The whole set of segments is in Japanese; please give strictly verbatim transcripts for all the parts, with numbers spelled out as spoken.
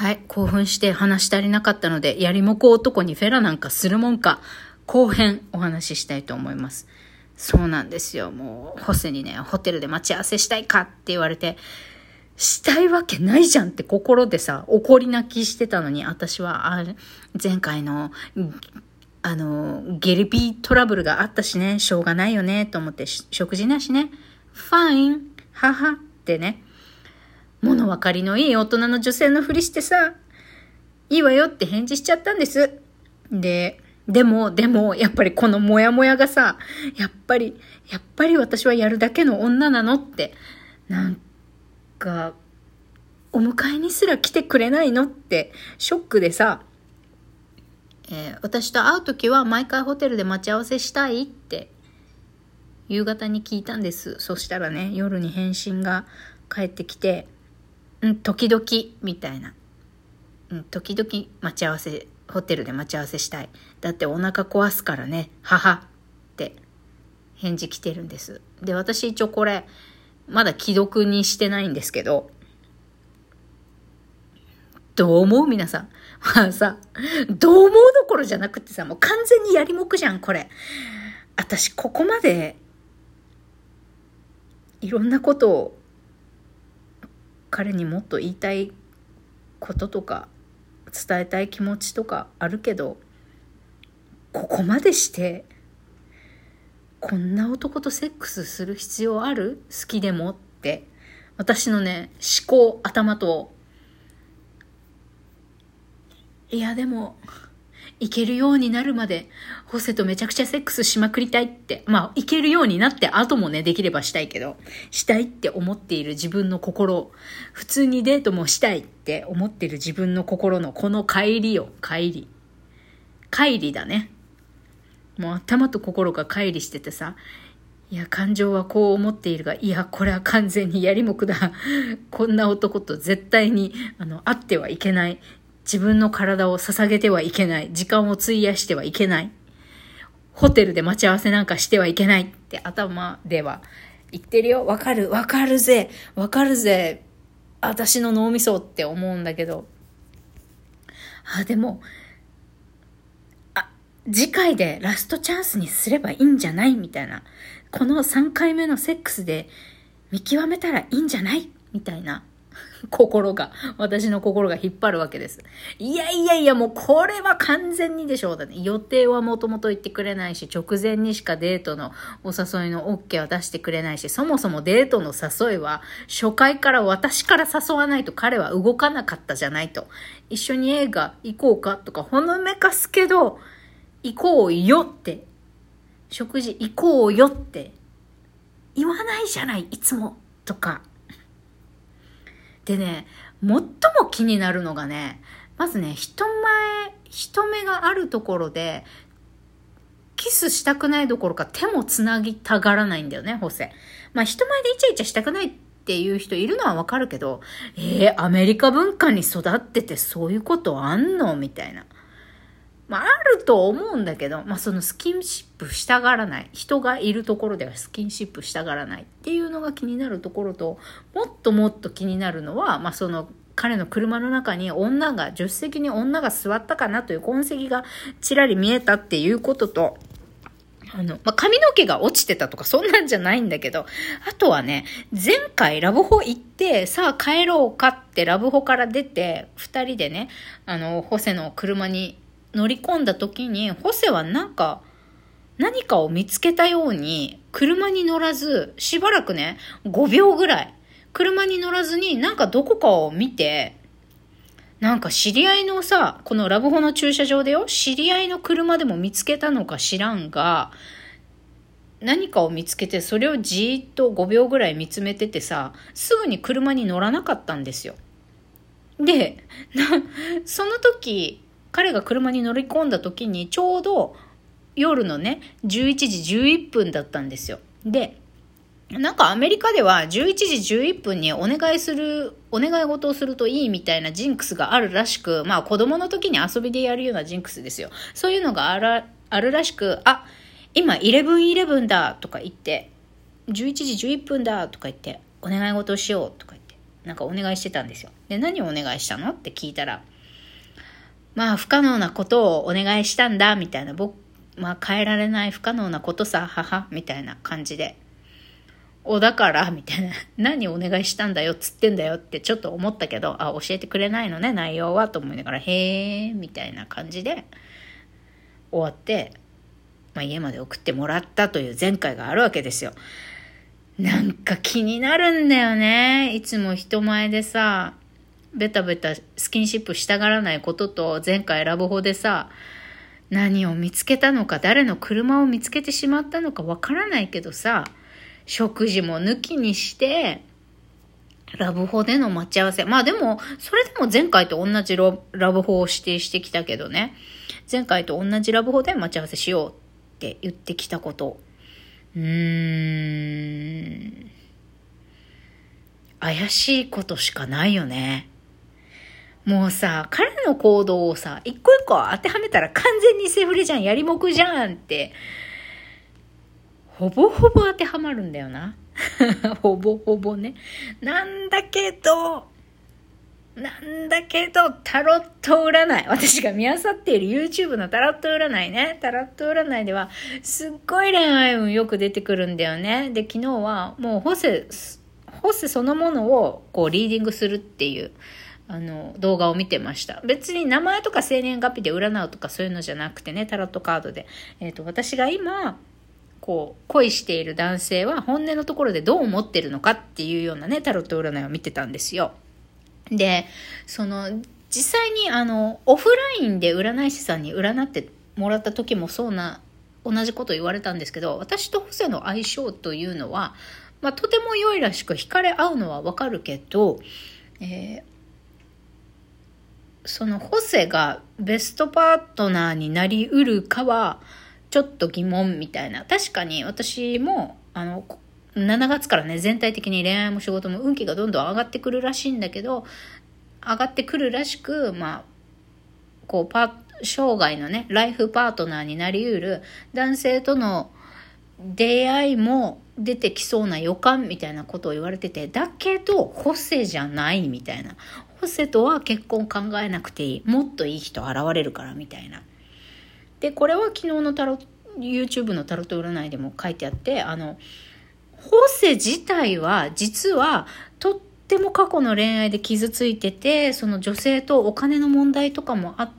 はい、興奮して話し足りなかったので、やりもこ男にフェラなんかするもんか、後編お話ししたいと思います。そうなんですよ。もう、ホセにね、ホテルで待ち合わせしたいかって言われて、したいわけないじゃんって心でさ、怒り泣きしてたのに、私は、あ前回の、あの、ゲリピートラブルがあったしね、しょうがないよね、と思って、食事なしね、ファイン、ははってね、物分かりのいい大人の女性のふりしてさ、いいわよって返事しちゃったんです。で、でも、でも、やっぱりこのモヤモヤがさ、やっぱり、やっぱり私はやるだけの女なのって、なんか、お迎えにすら来てくれないのって、ショックでさ、えー、私と会うときは毎回ホテルで待ち合わせしたいって、夕方に聞いたんです。そしたらね、夜に返信が返ってきて、うん、時々、みたいな。うん、時々待ち合わせ、ホテルで待ち合わせしたい。だってお腹壊すからね、母って返事来てるんです。で、私一応これ、まだ既読にしてないんですけど、どう思う皆さん。まあさ、どう思うどころじゃなくてさ、もう完全にやりもくじゃん、これ。私、ここまで、いろんなことを、彼にもっと言いたいこととか伝えたい気持ちとかあるけど、ここまでしてこんな男とセックスする必要ある？好きでもって私のね思考頭と、いやでもいけるようになるまでホセとめちゃくちゃセックスしまくりたいって、まあいけるようになって後もねできればしたいけど、したいって思っている自分の心、普通にデートもしたいって思っている自分の心のこの乖離よ、乖離乖離だね。もう頭と心が乖離しててさ、いや感情はこう思っているが、いやこれは完全にやりもくだ、こんな男と絶対にあの会ってはいけない、自分の体を捧げてはいけない。時間を費やしてはいけない。ホテルで待ち合わせなんかしてはいけないって頭では言ってるよ。わかる、わかるぜ。わかるぜ。私の脳みそって思うんだけど。あ、でも、あ、次回でラストチャンスにすればいいんじゃないみたいな。このさんかいめのセックスで見極めたらいいんじゃないみたいな。心が、私の心が引っ張るわけです。いやいやいや、もうこれは完全にでしょうだね。予定はもともと言ってくれないし、直前にしかデートのお誘いの OK は出してくれないし、そもそもデートの誘いは初回から私から誘わないと彼は動かなかったじゃないと。一緒に映画行こうかとかほのめかすけど、行こうよって、食事行こうよって言わないじゃない、いつもとか。でね、最も気になるのがね、まずね、人前、人目があるところで、キスしたくないどころか手もつなぎたがらないんだよね、ホセ。まあ人前でイチャイチャしたくないっていう人いるのはわかるけど、えー、アメリカ文化に育っててそういうことあんのみたいな。まあ、あると思うんだけど、まあ、そのスキンシップしたがらない。人がいるところではスキンシップしたがらないっていうのが気になるところと、もっともっと気になるのは、まあ、その彼の車の中に女が、助手席に女が座ったかなという痕跡がちらり見えたっていうことと、あの、まあ、髪の毛が落ちてたとかそんなんじゃないんだけど、あとはね、前回ラブホ行って、さあ帰ろうかってラブホから出て、二人でね、あの、ホセの車に乗り込んだ時に、ホセはなんか、何かを見つけたように、車に乗らず、しばらくね、ごびょうぐらい、車に乗らずに、なんかどこかを見て、なんか知り合いのさ、このラブホの駐車場でよ、知り合いの車でも見つけたのか知らんが、何かを見つけて、それをじーっとごびょうぐらい見つめててさ、すぐに車に乗らなかったんですよ。で、なその時、彼が車に乗り込んだ時にちょうど夜のねじゅういちじじゅういっぷんだったんですよ。で、なんかアメリカではじゅういちじじゅういっぷんにお願いするお願い事をするといいみたいなジンクスがあるらしく、まあ子供の時に遊びでやるようなジンクスですよ。そういうのがある、あるらしく、あ、今じゅういちじじゅういちだとか言って、じゅういちじじゅういっぷんだとか言ってお願い事をしようとか言ってなんかお願いしてたんですよ。で、何をお願いしたのって聞いたら、まあ不可能なことをお願いしたんだみたいな、僕、まあ変えられない不可能なことさ、母みたいな感じで、おだからみたいな、何お願いしたんだよっつってんだよってちょっと思ったけど、あ、教えてくれないのね内容はと思いながら、へーみたいな感じで終わって、まあ、家まで送ってもらったという前回があるわけですよ。なんか気になるんだよね。いつも人前でさ、ベタベタスキンシップしたがらないことと、前回ラブホでさ、何を見つけたのか、誰の車を見つけてしまったのかわからないけどさ、食事も抜きにしてラブホでの待ち合わせ、まあでもそれでも前回と同じラブホを指定してきたけどね、前回と同じラブホで待ち合わせしようって言ってきたこと、うーん怪しいことしかないよね。もうさ、彼の行動をさ、一個一個当てはめたら完全にセフレじゃん、やりもくじゃんってほぼほぼ当てはまるんだよな。ほぼほぼね。なんだけど、なんだけど、タロット占い。私が見漁っている YouTube のタロット占いね。タロット占いでは、すっごい恋愛運よく出てくるんだよね。で、昨日はもうホセ、ホセそのものをこうリーディングするっていう、あの、動画を見てました。別に名前とか生年月日で占うとかそういうのじゃなくてね、タロットカードで。えっと、私が今、こう恋している男性は本音のところでどう思ってるのかっていうようなねタロット占いを見てたんですよ。で、その実際にあのオフラインで占い師さんに占ってもらった時もそうな同じこと言われたんですけど、私とホセの相性というのは、まあ、とても良いらしく惹かれ合うのはわかるけど、えー、そのホセがベストパートナーになりうるかはちょっと疑問みたいな。確かに私もあのしちがつからね、全体的に恋愛も仕事も運気がどんどん上がってくるらしいんだけど、上がってくるらしく、まあこうパ生涯のねライフパートナーになりうる男性との出会いも出てきそうな予感みたいなことを言われてて、だけどホセじゃないみたいな。ホセとは結婚考えなくていい、もっといい人現れるからみたいな。で、これは昨日のタロ YouTube のタロット占いでも書いてあって、あのホセ自体は実はとっても過去の恋愛で傷ついてて、その女性とお金の問題とかもあって、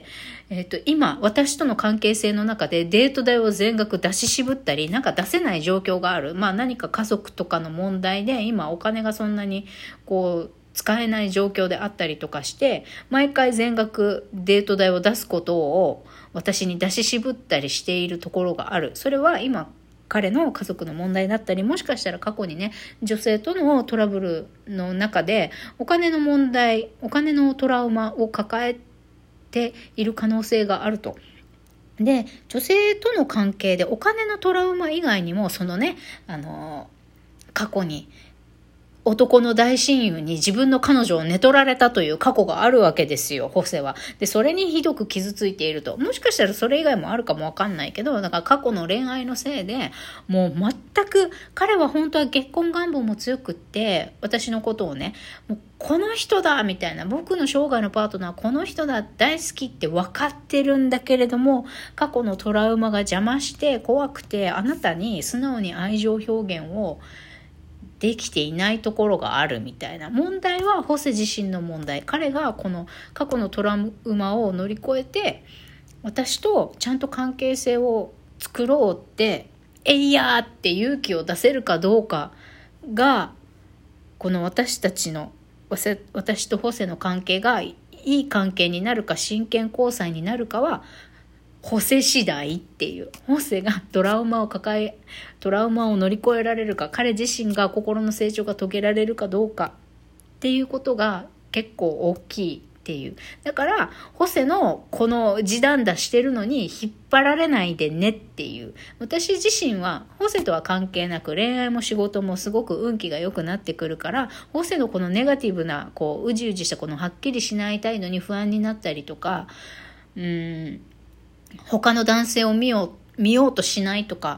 えっと、今私との関係性の中でデート代を全額出し渋ったり、なんか出せない状況がある。まあ何か家族とかの問題で今お金がそんなにこう使えない状況であったりとかして、毎回全額デート代を出すことを私に出し渋ったりしているところがある。それは今彼の家族の問題だったり、もしかしたら過去にね女性とのトラブルの中でお金の問題、お金のトラウマを抱えている可能性があると。で、女性との関係でお金のトラウマ以外にも、そのねあの過去に男の大親友に自分の彼女を寝取られたという過去があるわけですよ、ホセは。で、それにひどく傷ついていると。もしかしたらそれ以外もあるかもわかんないけど、だから過去の恋愛のせいで、もう全く、彼は本当は結婚願望も強くって、私のことをね、もうこの人だみたいな、僕の生涯のパートナーこの人だ、大好きって分かってるんだけれども、過去のトラウマが邪魔して怖くて、あなたに素直に愛情表現をできていないところがあるみたいな。問題はホセ自身の問題。彼がこの過去のトラウマを乗り越えて、私とちゃんと関係性を作ろうってえいやーって勇気を出せるかどうかが、この私たちの私とホセの関係がいい関係になるか真剣交際になるかはホセ次第っていう。ホセがトラウマを抱え、トラウマを乗り越えられるか、彼自身が心の成長が遂げられるかどうかっていうことが結構大きいっていう。だから、ホセのこの地団打してるのに引っ張られないでねっていう。私自身は、ホセとは関係なく恋愛も仕事もすごく運気が良くなってくるから、ホセのこのネガティブな、こう、うじうじしたこのはっきりしない態度に不安になったりとか、うーん、他の男性を見よう、見ようとしないとか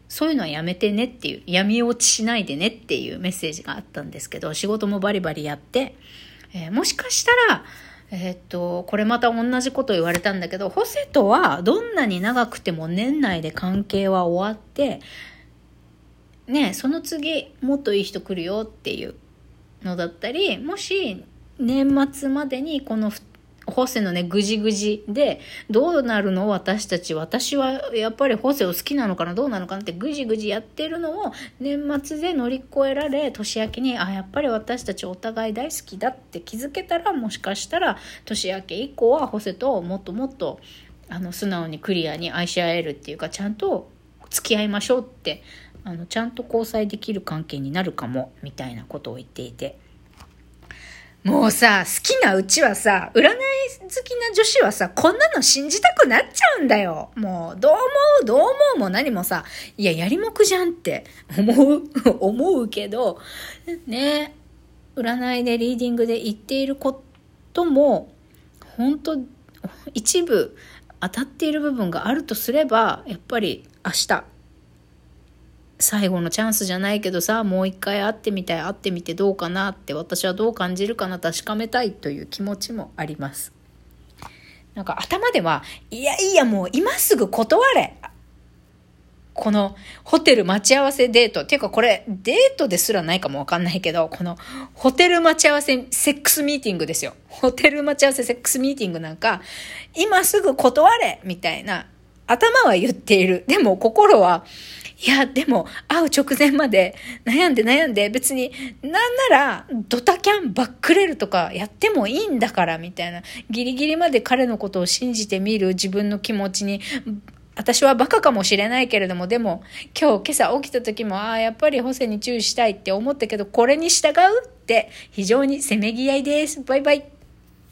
そういうのはやめてねっていう、闇落ちしないでねっていうメッセージがあったんですけど、仕事もバリバリやって、えー、もしかしたら、えー、っと、これまた同じこと言われたんだけど、ホセとはどんなに長くても年内で関係は終わって、ね、その次もっといい人来るよっていうのだったり、もし年末までにこのホセのねぐじぐじでどうなるの私たち、私はやっぱりホセを好きなのかなどうなのかなってぐじぐじやってるのを年末で乗り越えられ、年明けにあやっぱり私たちお互い大好きだって気づけたら、もしかしたら年明け以降はホセともっともっとあの素直にクリアに愛し合えるっていうか、ちゃんと付き合いましょうって、あのちゃんと交際できる関係になるかもみたいなことを言っていて、もうさ、好きなうちはさ、占い好きな女子はさ、こんなの信じたくなっちゃうんだよ。もうどう思うどう思うも何もさ、いややりもくじゃんって思う思うけどね、占いでリーディングで言っていることも本当一部当たっている部分があるとすれば、やっぱり明日最後のチャンスじゃないけどさ、もう一回会ってみたい、会ってみてどうかなって、私はどう感じるかな確かめたいという気持ちもあります。なんか頭ではいやいやもう今すぐ断れ、このホテル待ち合わせデートっていうか、これデートですらないかもわかんないけど、このホテル待ち合わせセックスミーティングですよ。ホテル待ち合わせセックスミーティングなんか今すぐ断れみたいな、頭は言っている。でも心はいやでも会う直前まで悩んで悩んで、別になんならドタキャンバックレるとかやってもいいんだからみたいな、ギリギリまで彼のことを信じてみる自分の気持ちに、私はバカかもしれないけれども、でも今日今朝起きた時もああやっぱりホセに注意したいって思ったけど、これに従うって非常にせめぎ合いです。バイバイ。